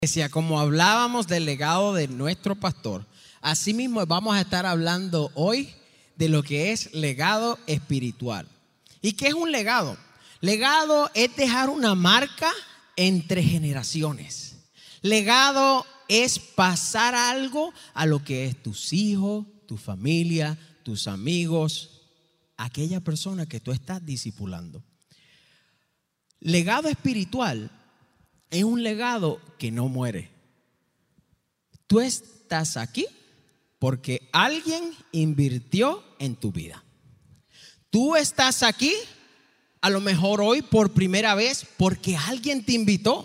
Como hablábamos del legado de nuestro pastor, asimismo vamos a estar hablando hoy de lo que es legado espiritual. ¿Y qué es un legado? Legado es dejar una marca entre generaciones. Legado es pasar algo a lo que es tus hijos, tu familia, tus amigos, aquella persona que tú estás discipulando. Legado espiritual es un legado que no muere. Tú estás aquí porque alguien invirtió en tu vida. Tú estás aquí a lo mejor hoy por primera vez porque alguien te invitó.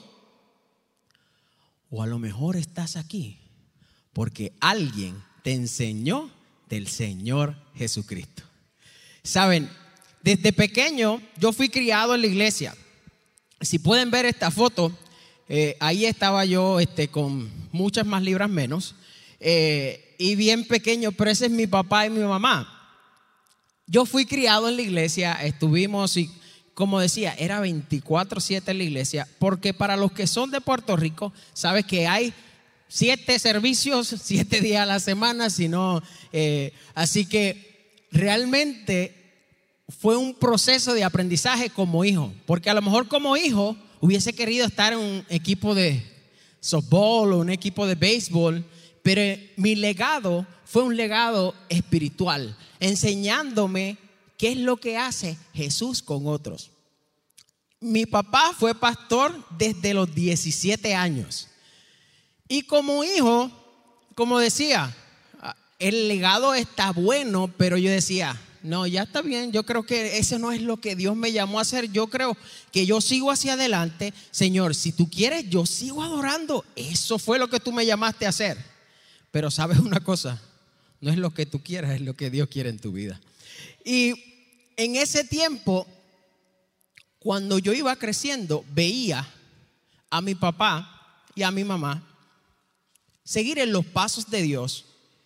O a lo mejor estás aquí porque alguien te enseñó del Señor Jesucristo. Saben, desde pequeño yo fui criado en la iglesia. Si pueden ver esta foto, ahí estaba yo con muchas más libras menos y bien pequeño, pero ese es mi papá y mi mamá. Yo fui criado en la iglesia, estuvimos y como decía, era 24/7 en la iglesia, porque para los que son de Puerto Rico, sabes que hay 7 servicios, 7 días a la semana, así que realmente fue un proceso de aprendizaje como hijo, porque a lo mejor como hijo hubiese querido estar en un equipo de softball o un equipo de béisbol, pero mi legado fue un legado espiritual, enseñándome qué es lo que hace Jesús con otros. Mi papá fue pastor desde los 17 años. Y como hijo, como decía, el legado está bueno, pero yo decía, no, ya está bien, yo creo que eso no es lo que Dios me llamó a hacer. Yo creo que yo sigo hacia adelante. Señor, si tú quieres, yo sigo adorando. Eso fue lo que tú me llamaste a hacer. Pero sabes una cosa, no es lo que tú quieras, es lo que Dios quiere en tu vida. Y en ese tiempo, cuando yo iba creciendo, veía a mi papá y a mi mamá seguir en los pasos de Dios.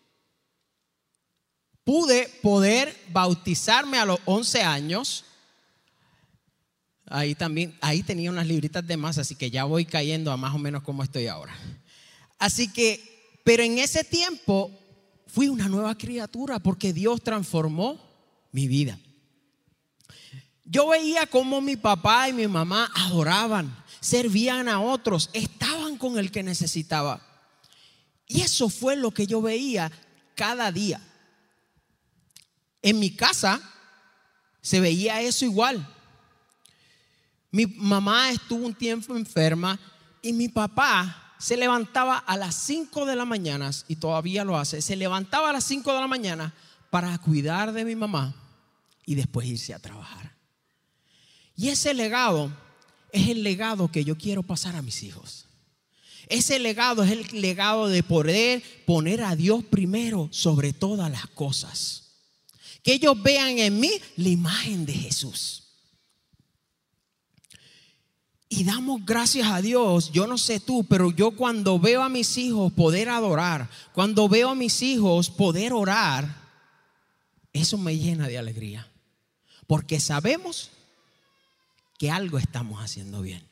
Pude poder bautizarme a los 11 años. Ahí tenía unas libritas de más, así que ya voy cayendo a más o menos como estoy ahora. Pero en ese tiempo fui una nueva criatura porque Dios transformó mi vida. Yo veía cómo mi papá y mi mamá adoraban, servían a otros, estaban con el que necesitaba. Y eso fue lo que yo veía cada día. En mi casa se veía eso igual. Mi mamá estuvo un tiempo enferma y mi papá se levantaba a las 5 de la mañana, y todavía lo hace, se levantaba a las 5 de la mañana para cuidar de mi mamá y después irse a trabajar. Y ese legado es el legado que yo quiero pasar a mis hijos. Ese legado es el legado de poder poner a Dios primero sobre todas las cosas. Que ellos vean en mí la imagen de Jesús. Y damos gracias a Dios. Yo no sé tú, pero yo cuando veo a mis hijos poder adorar, cuando veo a mis hijos poder orar, eso me llena de alegría. Porque sabemos que algo estamos haciendo bien.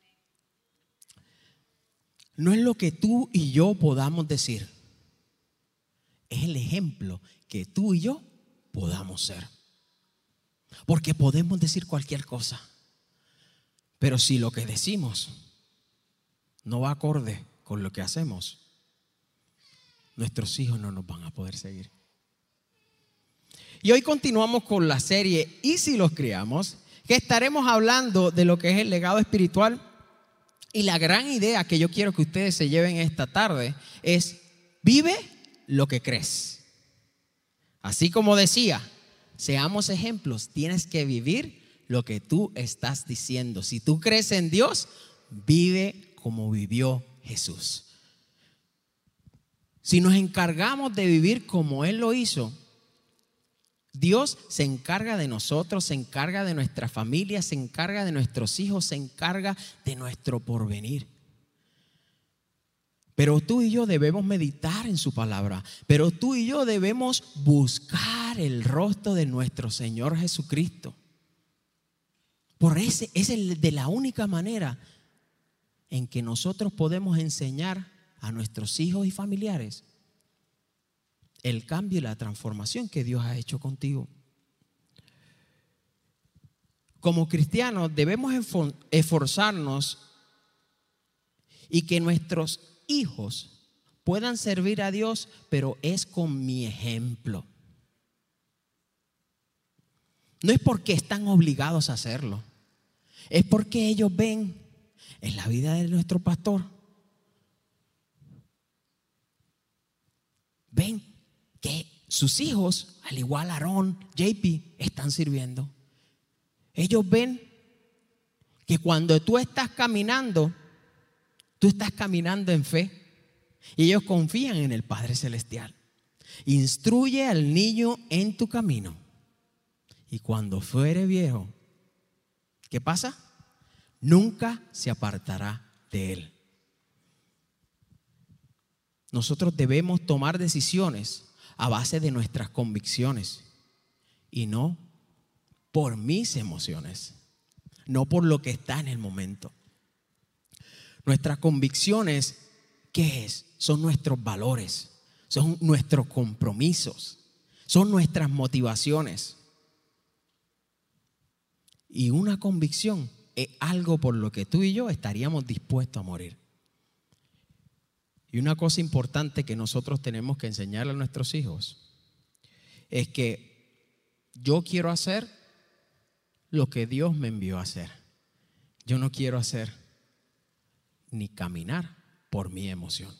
No es lo que tú y yo podamos decir, es el ejemplo que tú y yo podamos ser. Porque podemos decir cualquier cosa, pero si lo que decimos no va acorde con lo que hacemos, nuestros hijos no nos van a poder seguir. Y hoy continuamos con la serie ¿Y si los criamos?, que estaremos hablando de lo que es el legado espiritual. Y la gran idea que yo quiero que ustedes se lleven esta tarde es: vive lo que crees. Así como decía, seamos ejemplos. Tienes que vivir lo que tú estás diciendo. Si tú crees en Dios, vive como vivió Jesús. Si nos encargamos de vivir como Él lo hizo, Dios se encarga de nosotros, se encarga de nuestra familia, se encarga de nuestros hijos, se encarga de nuestro porvenir. Pero tú y yo debemos meditar en su palabra. Pero tú y yo debemos buscar el rostro de nuestro Señor Jesucristo. Por esa es de la única manera en que nosotros podemos enseñar a nuestros hijos y familiares el cambio y la transformación que Dios ha hecho contigo. Como cristianos debemos esforzarnos y que nuestros hijos puedan servir a Dios, pero es con mi ejemplo. No es porque están obligados a hacerlo, es porque ellos ven en la vida de nuestro pastor, ven que sus hijos, al igual Aarón, JP, están sirviendo. Ellos ven que cuando tú estás caminando en fe, y ellos confían en el Padre Celestial. Instruye al niño en tu camino, y cuando fuere viejo, ¿qué pasa? Nunca se apartará de él. Nosotros debemos tomar decisiones a base de nuestras convicciones y no por mis emociones, no por lo que está en el momento. Nuestras convicciones, ¿qué es? Son nuestros valores, son nuestros compromisos, son nuestras motivaciones. Y una convicción es algo por lo que tú y yo estaríamos dispuestos a morir. Y una cosa importante que nosotros tenemos que enseñarle a nuestros hijos es que yo quiero hacer lo que Dios me envió a hacer. Yo no quiero hacer ni caminar por mi emoción.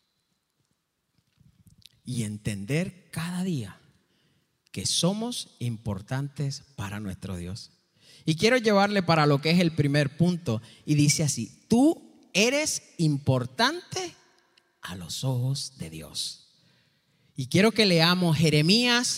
Y entender cada día que somos importantes para nuestro Dios. Y quiero llevarle para lo que es el primer punto. Y dice así: tú eres importante a los ojos de Dios. Y quiero que leamos Jeremías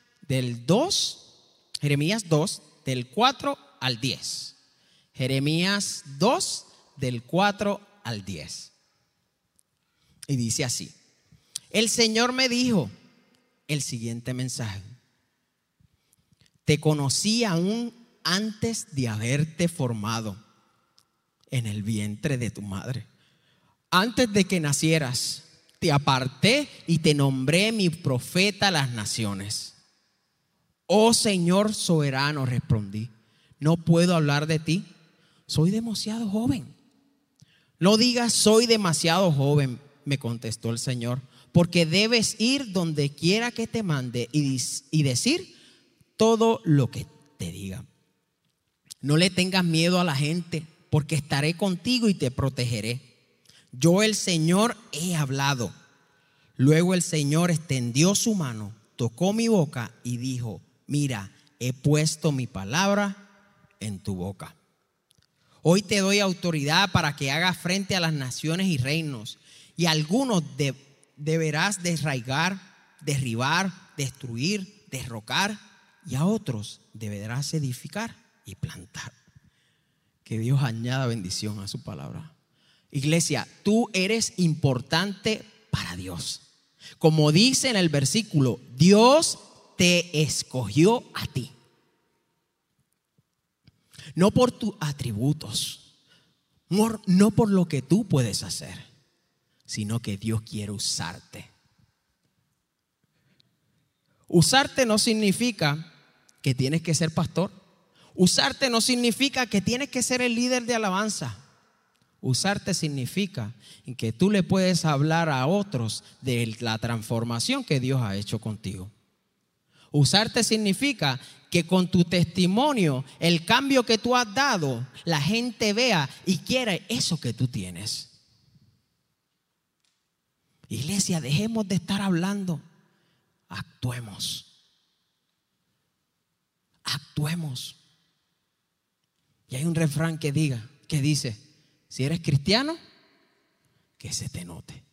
2, del 4 al 10. Jeremías 2, del 4 al 10. Y dice así: el Señor me dijo el siguiente mensaje: te conocí aún antes de haberte formado en el vientre de tu madre. Antes de que nacieras, te aparté y te nombré mi profeta a las naciones. Oh Señor soberano, respondí, no puedo hablar de ti, soy demasiado joven. No digas soy demasiado joven, me contestó el Señor, porque debes ir donde quiera que te mande y decir todo lo que te diga. No le tengas miedo a la gente, porque estaré contigo y te protegeré. Yo, el Señor, he hablado. Luego el Señor extendió su mano, tocó mi boca y dijo: mira, he puesto mi palabra en tu boca. Hoy te doy autoridad para que hagas frente a las naciones y reinos, y algunos deberás desarraigar, derribar, destruir, derrocar, y a otros deberás edificar y plantar. Que Dios añada bendición a su palabra. Iglesia, tú eres importante para Dios. Como dice en el versículo, Dios te escogió a ti. No por tus atributos, no por lo que tú puedes hacer, sino que Dios quiere usarte. Usarte no significa que tienes que ser pastor. Usarte no significa que tienes que ser el líder de alabanza. Usarte significa que tú le puedes hablar a otros de la transformación que Dios ha hecho contigo. Usarte significa que con tu testimonio, el cambio que tú has dado, la gente vea y quiera eso que tú tienes. Iglesia, dejemos de estar hablando. Actuemos. Actuemos. Y hay un refrán que dice: si eres cristiano, que se te note.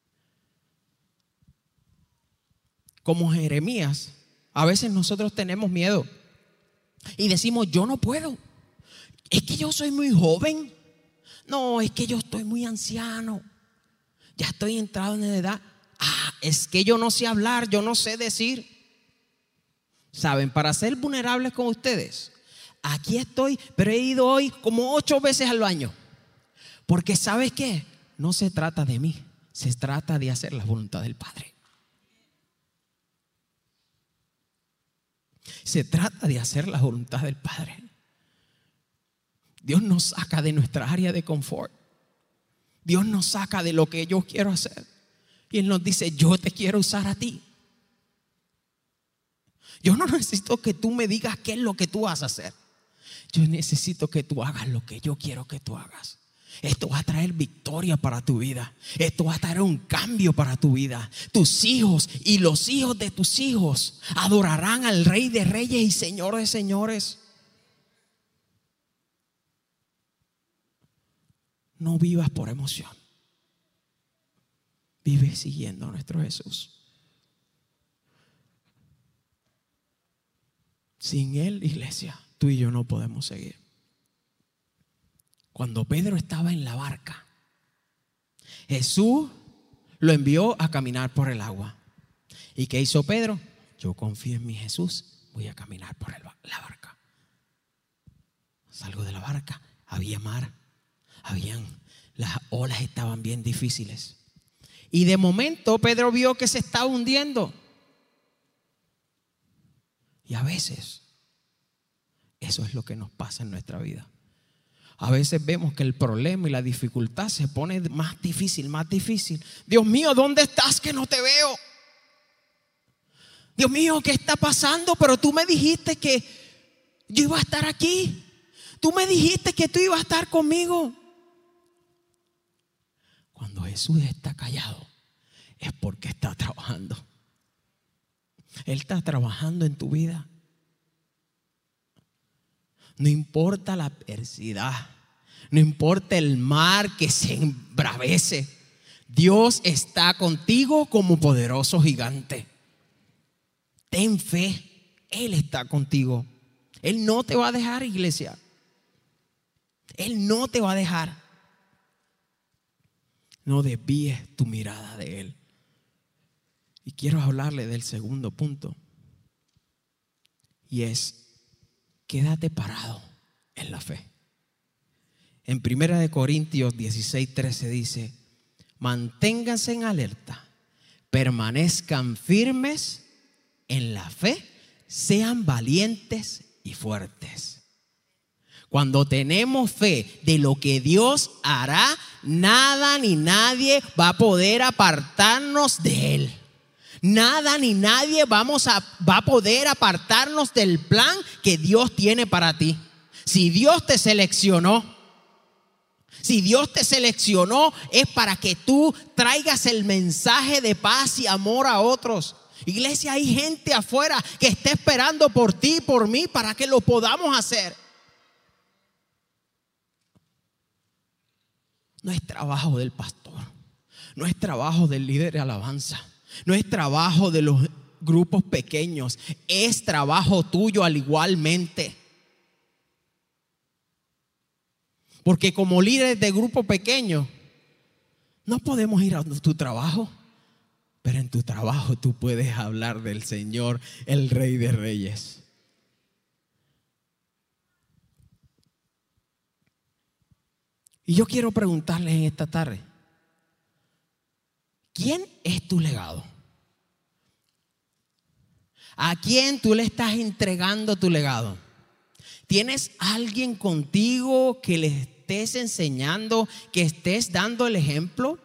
Como Jeremías, a veces nosotros tenemos miedo y decimos: yo no puedo, es que yo soy muy joven, no, es que yo estoy muy anciano, ya estoy entrado en edad, es que yo no sé hablar, yo no sé decir. Saben, para ser vulnerables con ustedes, aquí estoy, pero he ido hoy como 8 veces al baño, Porque ¿sabes qué? No se trata de mí, se trata de hacer la voluntad del Padre. Se trata de hacer la voluntad del Padre. Dios nos saca de nuestra área de confort. Dios nos saca de lo que yo quiero hacer. Y Él nos dice, yo te quiero usar a ti. Yo no necesito que tú me digas qué es lo que tú vas a hacer. Yo necesito que tú hagas lo que yo quiero que tú hagas. Esto va a traer victoria para tu vida. Esto va a traer un cambio para tu vida. Tus hijos y los hijos de tus hijos adorarán al Rey de Reyes y Señor de Señores. No vivas por emoción. Vive siguiendo a nuestro Jesús. Sin Él, iglesia, tú y yo no podemos seguir. Cuando Pedro estaba en la barca, Jesús lo envió a caminar por el agua. ¿Y qué hizo Pedro? Yo confío en mi Jesús, voy a caminar por la barca. Salgo de la barca, había mar, las olas estaban bien difíciles. Y de momento Pedro vio que se estaba hundiendo. Y a veces eso es lo que nos pasa en nuestra vida. A veces vemos que el problema y la dificultad se pone más difícil, más difícil. Dios mío, ¿dónde estás que no te veo? Dios mío, ¿qué está pasando? Pero tú me dijiste que yo iba a estar aquí. Tú me dijiste que tú ibas a estar conmigo. Cuando Jesús está callado es porque está trabajando. Él está trabajando en tu vida. No importa la adversidad, no importa el mar que se embravece, Dios está contigo como poderoso gigante. Ten fe, Él está contigo. Él no te va a dejar, iglesia. Él no te va a dejar. No desvíes tu mirada de Él. Y quiero hablarle del segundo punto. Y es, quédate parado en la fe. En 1 Corintios 16:13 dice, manténganse en alerta, permanezcan firmes en la fe, sean valientes y fuertes. Cuando tenemos fe de lo que Dios hará, nada ni nadie va a poder apartarnos de Él. Nada ni nadie va a poder apartarnos del plan que Dios tiene para ti. Si Dios te seleccionó es para que tú traigas el mensaje de paz y amor a otros. Iglesia, hay gente afuera que está esperando por ti y por mí para que lo podamos hacer. No es trabajo del pastor, no es trabajo del líder de alabanza, no es trabajo de los grupos pequeños, es trabajo tuyo al igualmente. Porque como líderes de grupo pequeño no podemos ir a tu trabajo, pero en tu trabajo tú puedes hablar del Señor, el Rey de Reyes. Y yo quiero preguntarles en esta tarde, ¿quién es tu legado? ¿A quién tú le estás entregando tu legado? ¿Tienes alguien contigo que le estés enseñando, que estés dando el ejemplo?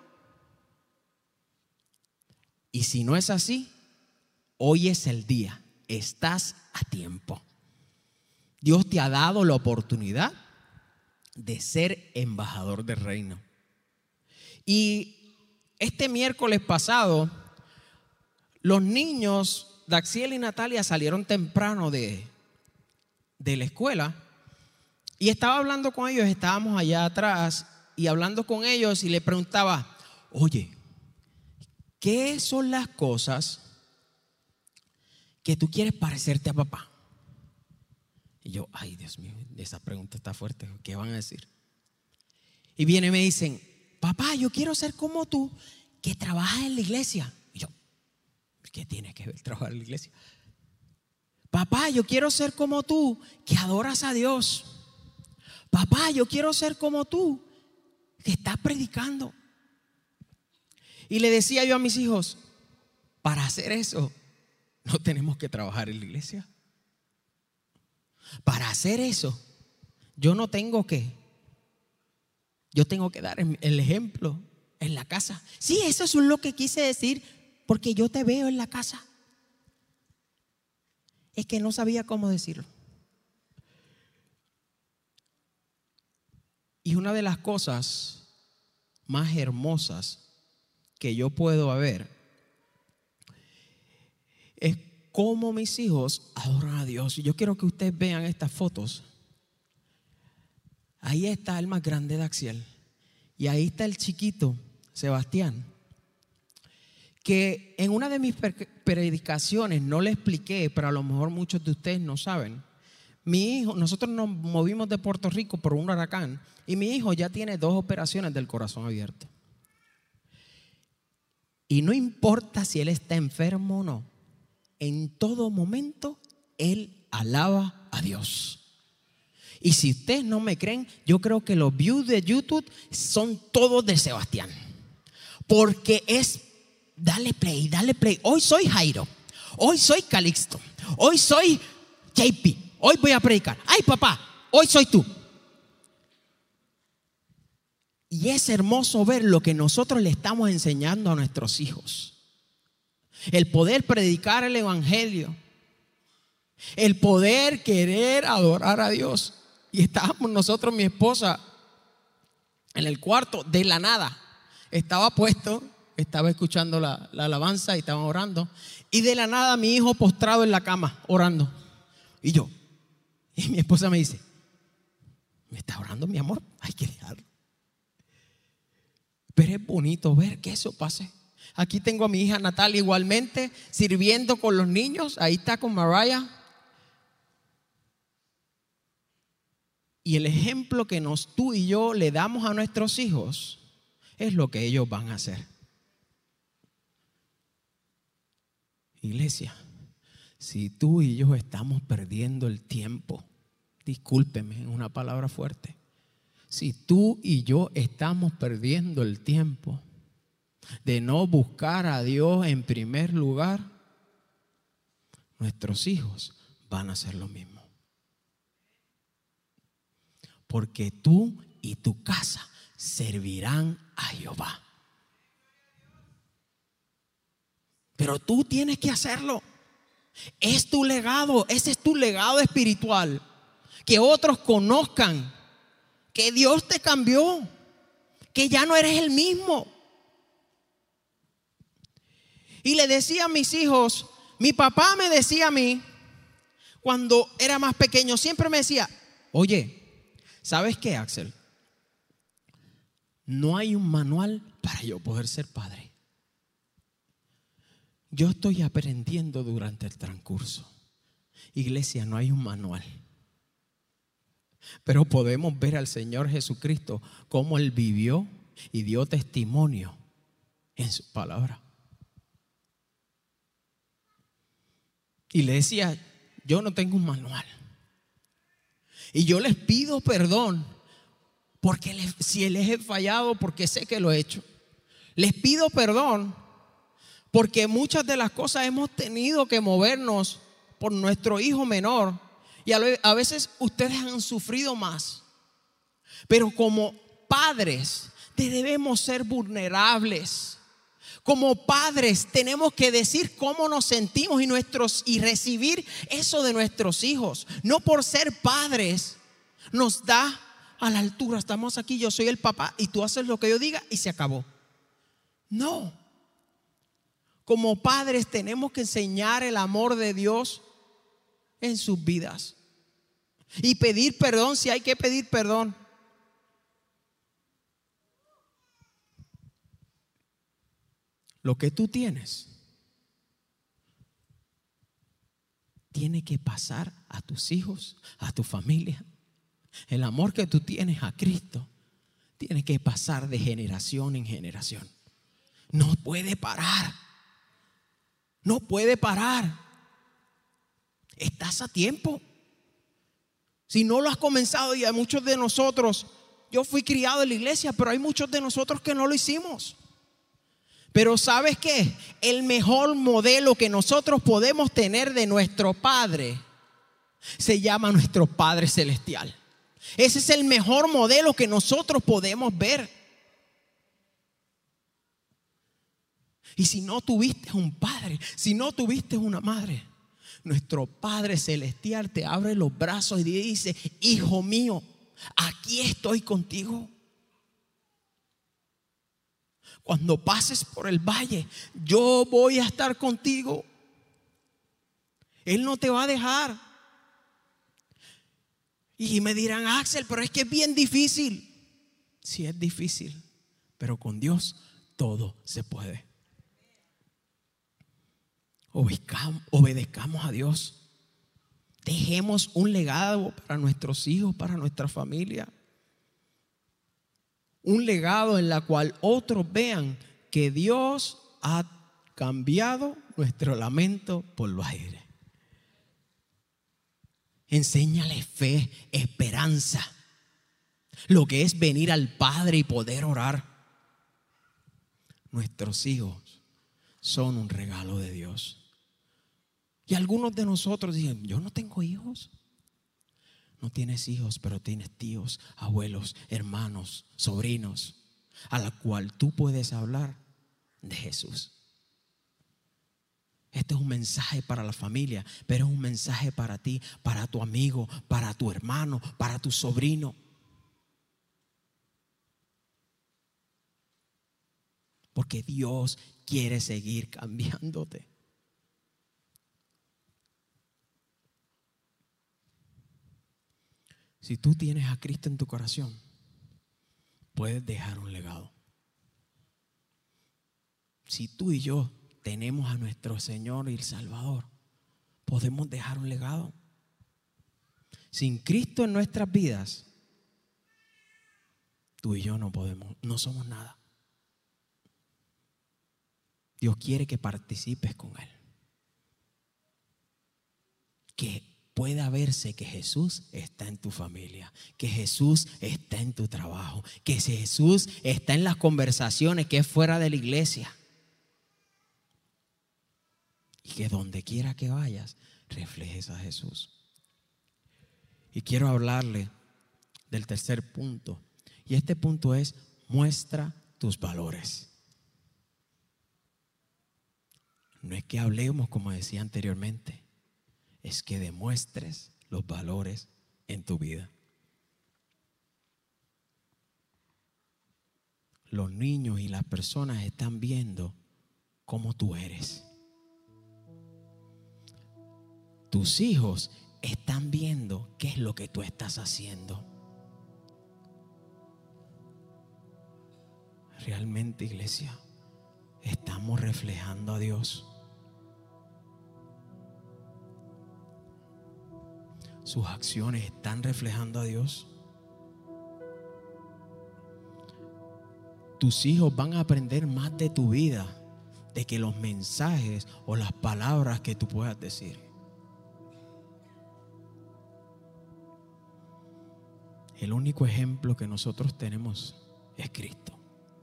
Y si no es así, hoy es el día, estás a tiempo. Dios te ha dado la oportunidad de ser embajador del reino. Y este miércoles pasado, los niños, Daxiel y Natalia, salieron temprano de la escuela. Y estaba hablando con ellos, estábamos allá atrás y hablando con ellos y le preguntaba, oye, ¿qué son las cosas que tú quieres parecerte a papá? Y yo, ay Dios mío, esa pregunta está fuerte, ¿qué van a decir? Y vienen y me dicen, papá, yo quiero ser como tú, que trabajas en la iglesia. Y yo, ¿qué tiene que ver trabajar en la iglesia? Papá, yo quiero ser como tú, que adoras a Dios. Papá, yo quiero ser como tú, que está predicando. Y le decía yo a mis hijos, para hacer eso, no tenemos que trabajar en la iglesia. Para hacer eso, yo tengo que dar el ejemplo en la casa. Sí, eso es lo que quise decir, porque yo te veo en la casa. Es que no sabía cómo decirlo. Y una de las cosas más hermosas que yo puedo ver es cómo mis hijos adoran a Dios. Y yo quiero que ustedes vean estas fotos. Ahí está el más grande de Axiel. Y ahí está el chiquito, Sebastián. Que en una de mis predicaciones no le expliqué, pero a lo mejor muchos de ustedes no saben. Mi hijo, nosotros nos movimos de Puerto Rico por un huracán y mi hijo ya tiene 2 operaciones del corazón abierto. Y no importa si él está enfermo o no, en todo momento él alaba a Dios. Y si ustedes no me creen, yo creo que los views de YouTube son todos de Sebastián. Porque es dale play, dale play. Hoy soy Jairo, hoy soy Calixto, hoy soy JP, hoy voy a predicar. Ay, papá, hoy soy tú. Y es hermoso ver lo que nosotros le estamos enseñando a nuestros hijos. El poder predicar el evangelio, el poder querer adorar a Dios. Y estábamos nosotros, mi esposa, en el cuarto, de la nada. Estaba puesto, estaba escuchando la alabanza y estaban orando. Y de la nada mi hijo postrado en la cama, orando. Y mi esposa me dice, ¿me está orando, mi amor? Hay que dejarlo. Pero es bonito ver que eso pase. Aquí tengo a mi hija Natalia igualmente sirviendo con los niños. Ahí está con Mariah. Y el ejemplo que tú y yo le damos a nuestros hijos es lo que ellos van a hacer. Iglesia, si tú y yo estamos perdiendo el tiempo, discúlpeme, es una palabra fuerte. Si tú y yo estamos perdiendo el tiempo de no buscar a Dios en primer lugar, nuestros hijos van a hacer lo mismo. Porque tú y tu casa servirán a Jehová. Pero tú tienes que hacerlo. Es tu legado, ese es tu legado espiritual. Que otros conozcan que Dios te cambió, que ya no eres el mismo. Y le decía a mis hijos, mi papá me decía a mí, cuando era más pequeño, siempre me decía, oye, ¿sabes qué, Axel? No hay un manual para yo poder ser padre. Yo estoy aprendiendo durante el transcurso. Iglesia, no hay un manual. Pero podemos ver al Señor Jesucristo cómo Él vivió y dio testimonio en su palabra. Y le decía, yo no tengo un manual. Y yo les pido perdón porque si les he fallado, porque sé que lo he hecho. Les pido perdón porque muchas de las cosas hemos tenido que movernos por nuestro hijo menor. Y a veces ustedes han sufrido más. Pero como padres debemos ser vulnerables. Como padres tenemos que decir cómo nos sentimos y recibir eso de nuestros hijos. No por ser padres nos da a la altura. Estamos aquí, yo soy el papá y tú haces lo que yo diga y se acabó. No. Como padres tenemos que enseñar el amor de Dios en sus vidas y pedir perdón si hay que pedir perdón. Lo que tú tienes tiene que pasar a tus hijos, a tu familia. El amor que tú tienes a Cristo tiene que pasar de generación en generación. No puede parar. No puede parar. Estás a tiempo. Si no lo has comenzado, y a muchos de nosotros Yo fui criado en la iglesia, pero hay muchos de nosotros que no lo hicimos. Pero ¿sabes qué? El mejor modelo que nosotros podemos tener de nuestro Padre se llama nuestro Padre Celestial. Ese es el mejor modelo que nosotros podemos ver. Y si no tuviste un padre, si no tuviste una madre, nuestro Padre Celestial te abre los brazos y dice: hijo mío, aquí estoy contigo. Cuando pases por el valle, yo voy a estar contigo. Él no te va a dejar. Y me dirán: Axel, pero es que es bien difícil. Sí, es difícil, pero con Dios todo se puede. Obedezcamos a Dios. Dejemos un legado para nuestros hijos, para nuestra familia. Un legado en la cual otros vean que Dios ha cambiado nuestro lamento por baile. Enséñale fe, esperanza, lo que es venir al Padre y poder orar. Nuestros hijos son un regalo de Dios. Y algunos de nosotros dicen: yo no tengo hijos. No tienes hijos, pero tienes tíos, abuelos, hermanos, sobrinos, a la cual tú puedes hablar de Jesús. Este es un mensaje para la familia, pero es un mensaje para ti, para tu amigo, para tu hermano, para tu sobrino. Porque Dios quiere seguir cambiándote. Si tú tienes a Cristo en tu corazón, puedes dejar un legado. Si tú y yo tenemos a nuestro Señor y Salvador, podemos dejar un legado. Sin Cristo en nuestras vidas, tú y yo no podemos, no somos nada. Dios quiere que participes con Él. Que pueda verse que Jesús está en tu familia, que Jesús está en tu trabajo, que Jesús está en las conversaciones que es fuera de la iglesia. Y que donde quiera que vayas, reflejes a Jesús. Y quiero hablarle del tercer punto. Y este punto es: muestra tus valores. No es que hablemos como decía anteriormente, es que demuestres los valores en tu vida. Los niños y las personas están viendo cómo tú eres. Tus hijos están viendo qué es lo que tú estás haciendo. Realmente, iglesia, estamos reflejando a Dios. Sus acciones están reflejando a Dios. Tus hijos van a aprender más de tu vida de que los mensajes o las palabras que tú puedas decir. El único ejemplo que nosotros tenemos es Cristo.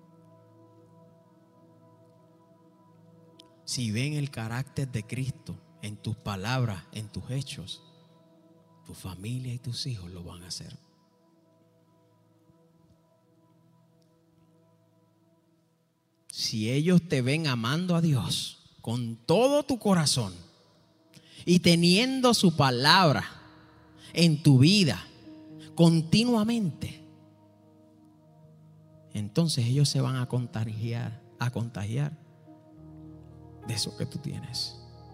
Si ven el carácter de Cristo en tus palabras, en tus hechos, tu familia y tus hijos lo van a hacer. Si ellos te ven amando a Dios con todo tu corazón y teniendo su palabra en tu vida continuamente, entonces ellos se van a contagiar de eso que tú tienes.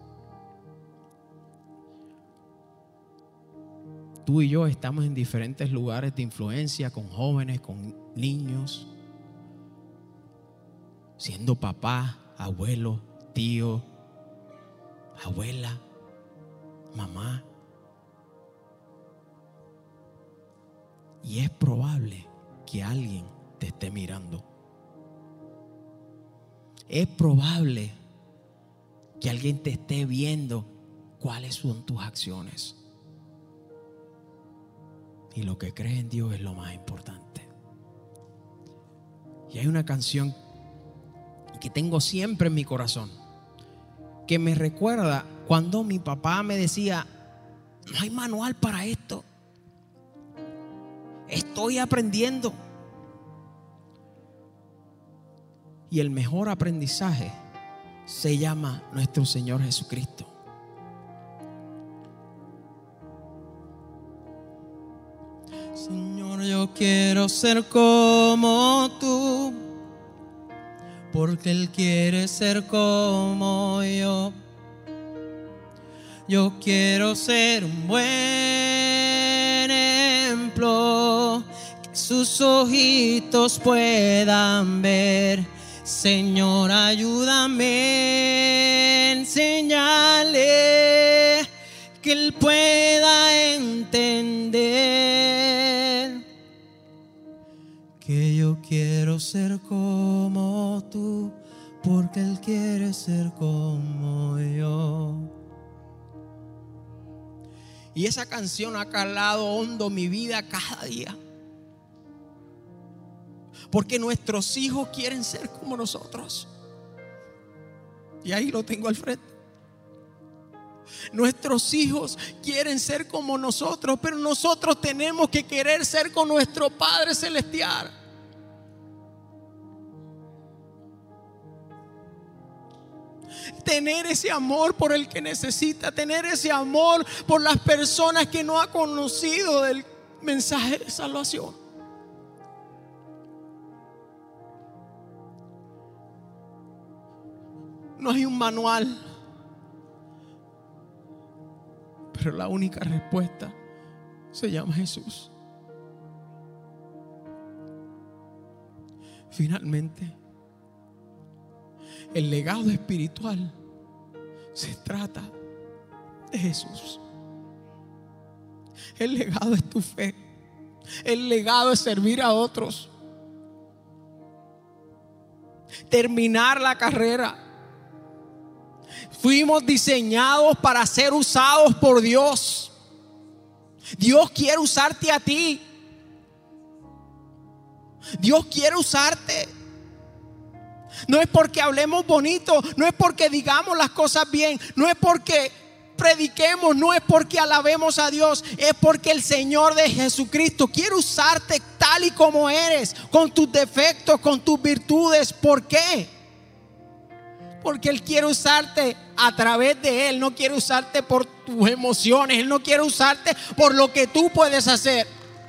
Tú y yo estamos en diferentes lugares de influencia, con jóvenes, con niños, siendo papá, abuelo, tío, abuela, mamá. Y es probable que alguien te esté mirando. Es probable que alguien te esté viendo cuáles son tus acciones. Y lo que crees en Dios es lo más importante. Y hay una canción que tengo siempre en mi corazón, que me recuerda cuando mi papá me decía: no hay manual para esto, estoy aprendiendo. Y el mejor aprendizaje se llama nuestro Señor Jesucristo. Señor, yo quiero ser como tú, porque Él quiere ser como yo. Yo quiero ser un buen ejemplo, que sus ojitos puedan ver. Señor, ayúdame, enséñale, que Él pueda entender que yo quiero ser como tú, porque Él quiere ser como yo. Y esa canción ha calado hondo mi vida cada día, porque nuestros hijos quieren ser como nosotros. Y ahí lo tengo al frente. Nuestros hijos quieren ser como nosotros, pero nosotros tenemos que querer ser con nuestro Padre Celestial. Tener ese amor por el que necesita, tener ese amor por las personas que no ha conocido del mensaje de salvación. No hay un manual, pero la única respuesta se llama Jesús. Finalmente, el legado espiritual se trata de Jesús. El legado es tu fe. El legado es servir a otros. Terminar la carrera. Fuimos diseñados para ser usados por Dios. Dios quiere usarte a ti. Dios quiere usarte. No es porque hablemos bonito, no es porque digamos las cosas bien, no es porque prediquemos, no es porque alabemos a Dios, es porque el Señor de Jesucristo quiere usarte tal y como eres, con tus defectos, con tus virtudes. ¿Por qué? Porque Él quiere usarte a través de Él. No quiere usarte por tus emociones. Él no quiere usarte por lo que tú puedes hacer.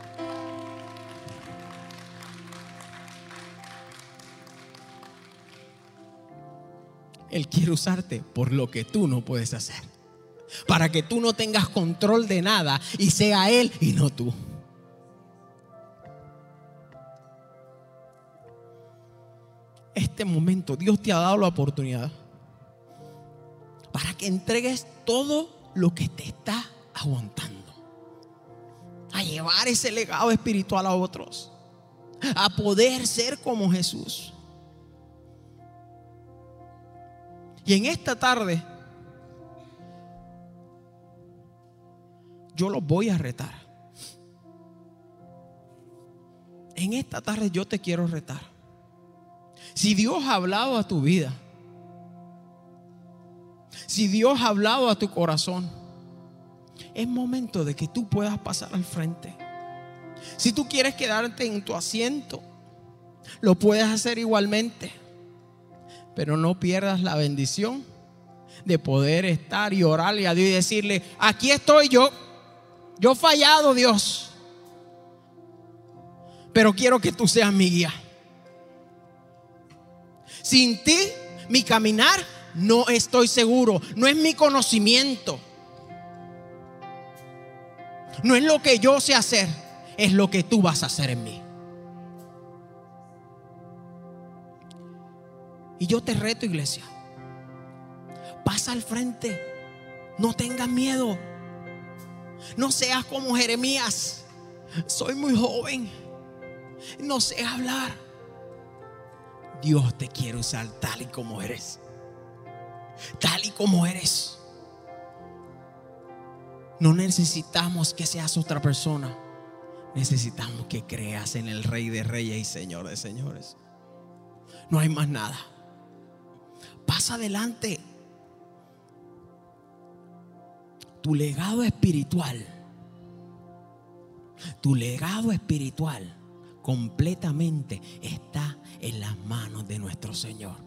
Él quiere usarte por lo que tú no puedes hacer, para que tú no tengas control de nada y sea Él y no tú. Este momento Dios te ha dado la oportunidad para que entregues todo lo que te está aguantando, a llevar ese legado espiritual a otros, a poder ser como Jesús. Y en esta tarde yo los voy a retar. En esta tarde yo te quiero retar. Si Dios ha hablado a tu vida, si Dios ha hablado a tu corazón, es momento de que tú puedas pasar al frente. Si tú quieres quedarte en tu asiento, lo puedes hacer igualmente. Pero no pierdas la bendición de poder estar y orarle a Dios y decirle: aquí estoy yo he fallado, Dios, pero quiero que tú seas mi guía. Sin ti, mi caminar no estoy seguro. No es mi conocimiento, no es lo que yo sé hacer, es lo que tú vas a hacer en mí. Y yo te reto, iglesia, pasa al frente. No tengas miedo. No seas como Jeremías: soy muy joven, no sé hablar. Dios te quiere usar tal y como eres. Tal y como eres. No necesitamos que seas otra persona. Necesitamos que creas en el Rey de Reyes y Señor de Señores. No hay más nada. Pasa adelante. Tu legado espiritual completamente está en las manos de nuestro Señor.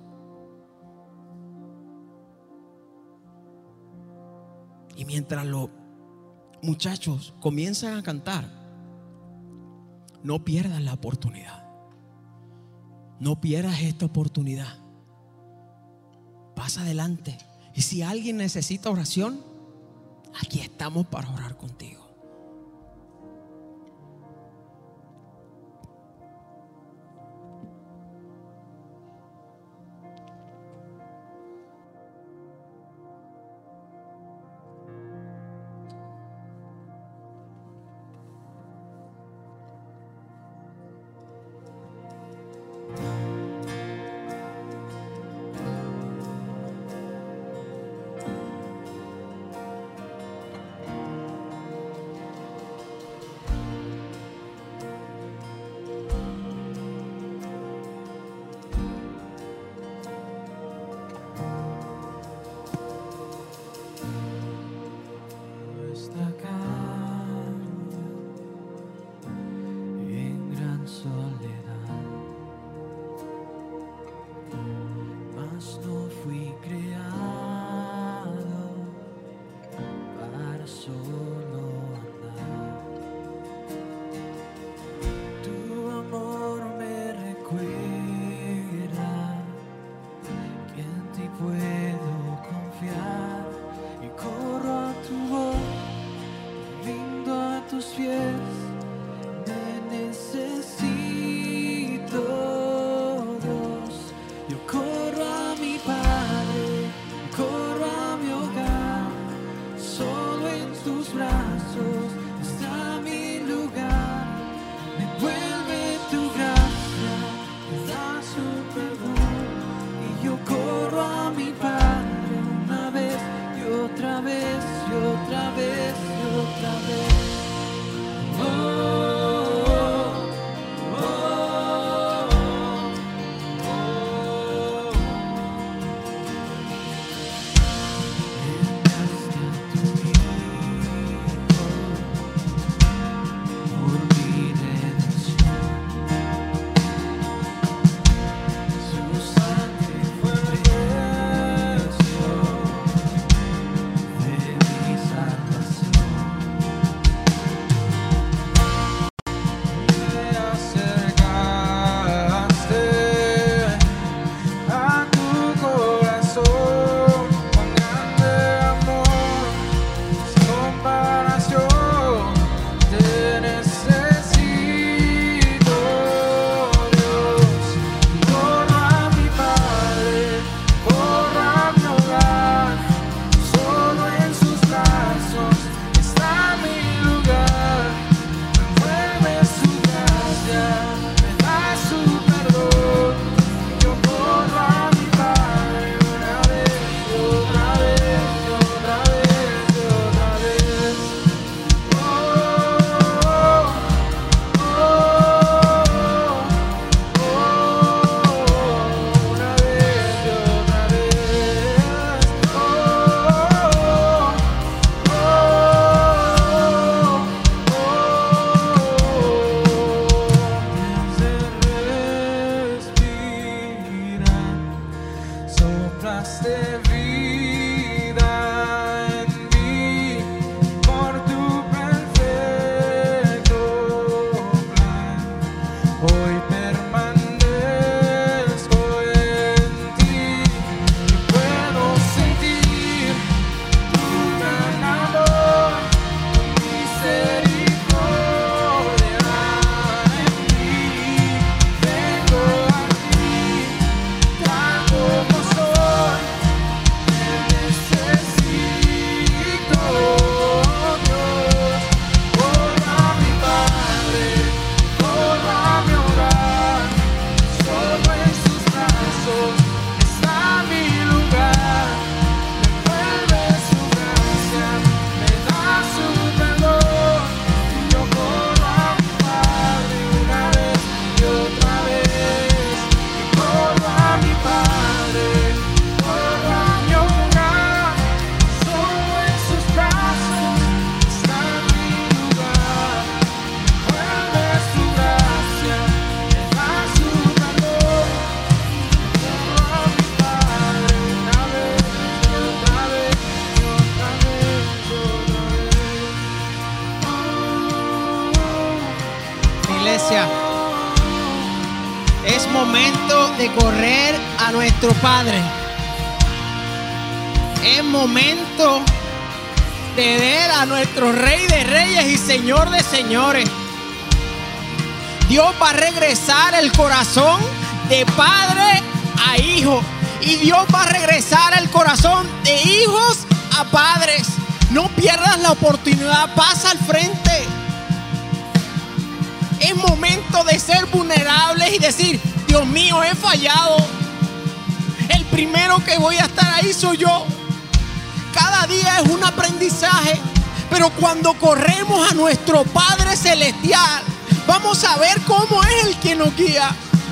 Y mientras los muchachos comienzan a cantar, no pierdas la oportunidad. No pierdas esta oportunidad. Pasa adelante. Y si alguien necesita oración, aquí estamos para orar contigo. momento de correr a nuestro Padre. Es momento de ver a nuestro Rey de Reyes y Señor de Señores. Dios va a regresar el corazón de padre a hijo. Y Dios va a regresar el corazón de hijos a padres. No pierdas la oportunidad, pasa al frente. Es momento de ser vulnerables y decir: Dios mío, he fallado. El primero que voy a estar ahí soy yo. Cada día es un aprendizaje. Pero cuando corremos a nuestro Padre Celestial, vamos a ver cómo es el que nos guía.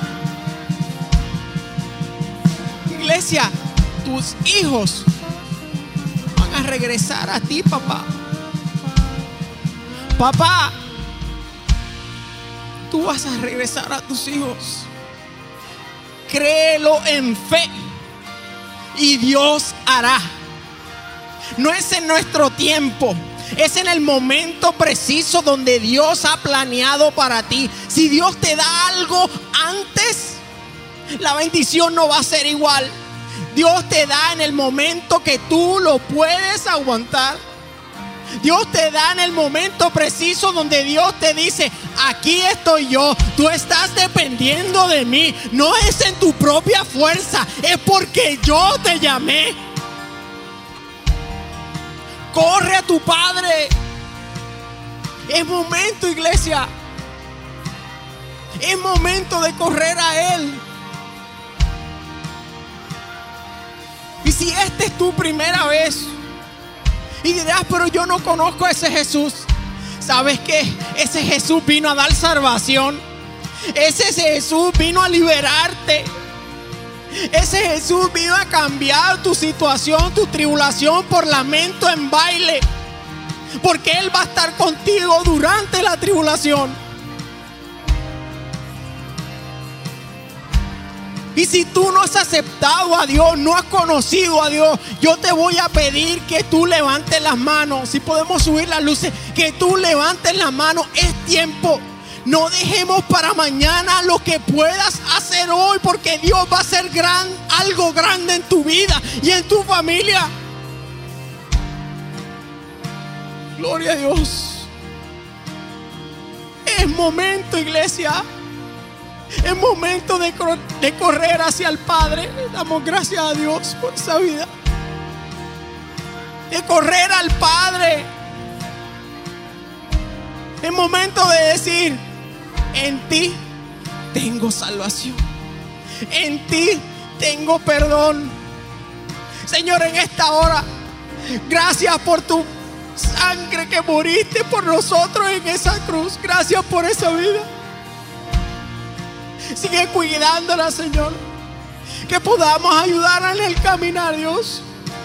Iglesia, tus hijos van a regresar a ti, papá. Papá, tú vas a regresar a tus hijos. Créelo en fe y Dios hará. No es en nuestro tiempo, es en el momento preciso donde Dios ha planeado para ti. Si Dios te da algo antes, la bendición no va a ser igual. Dios te da en el momento que tú lo puedes aguantar. Dios te da en el momento preciso donde Dios te dice: aquí estoy yo, tú estás dependiendo de mí. No es en tu propia fuerza, es porque yo te llamé. Corre a tu Padre. Es momento, iglesia. Es momento de correr a Él. Y si esta es tu primera vez y dirás: pero yo no conozco a ese Jesús. ¿Sabes qué? Ese Jesús vino a dar salvación. Ese Jesús vino a liberarte. Ese Jesús vino a cambiar tu situación, tu tribulación por lamento en baile. Porque Él va a estar contigo durante la tribulación. Y si tú no has aceptado a Dios, no has conocido a Dios, yo te voy a pedir que tú levantes las manos. Si podemos subir las luces, que tú levantes las manos. Es tiempo. No dejemos para mañana lo que puedas hacer hoy, porque Dios va a hacer algo grande en tu vida y en tu familia. Gloria a Dios. Es momento, iglesia. Es momento de correr hacia el Padre. Damos gracias a Dios por esa vida. De correr al Padre. Es momento de decir: en ti tengo salvación. En ti tengo perdón. Señor, en esta hora, gracias por tu sangre que moriste por nosotros en esa cruz. Gracias por esa vida. Sigue cuidándola, Señor. Que podamos ayudarla en el caminar, Dios.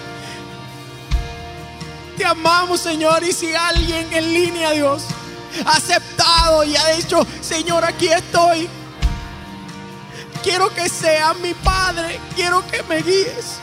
Te amamos, Señor. Y si alguien en línea, Dios, ha aceptado y ha dicho: Señor, aquí estoy. Quiero que seas mi Padre. Quiero que me guíes.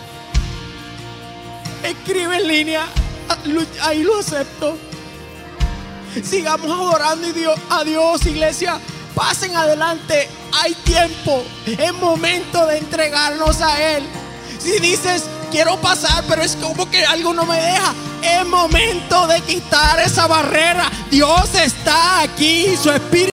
Escribe en línea. Ahí lo acepto. Sigamos adorando a Dios, iglesia. Pasen adelante, hay tiempo, es momento de entregarnos a Él. Si dices: quiero pasar, pero es como que algo no me deja, es momento de quitar esa barrera. Dios está aquí, su Espíritu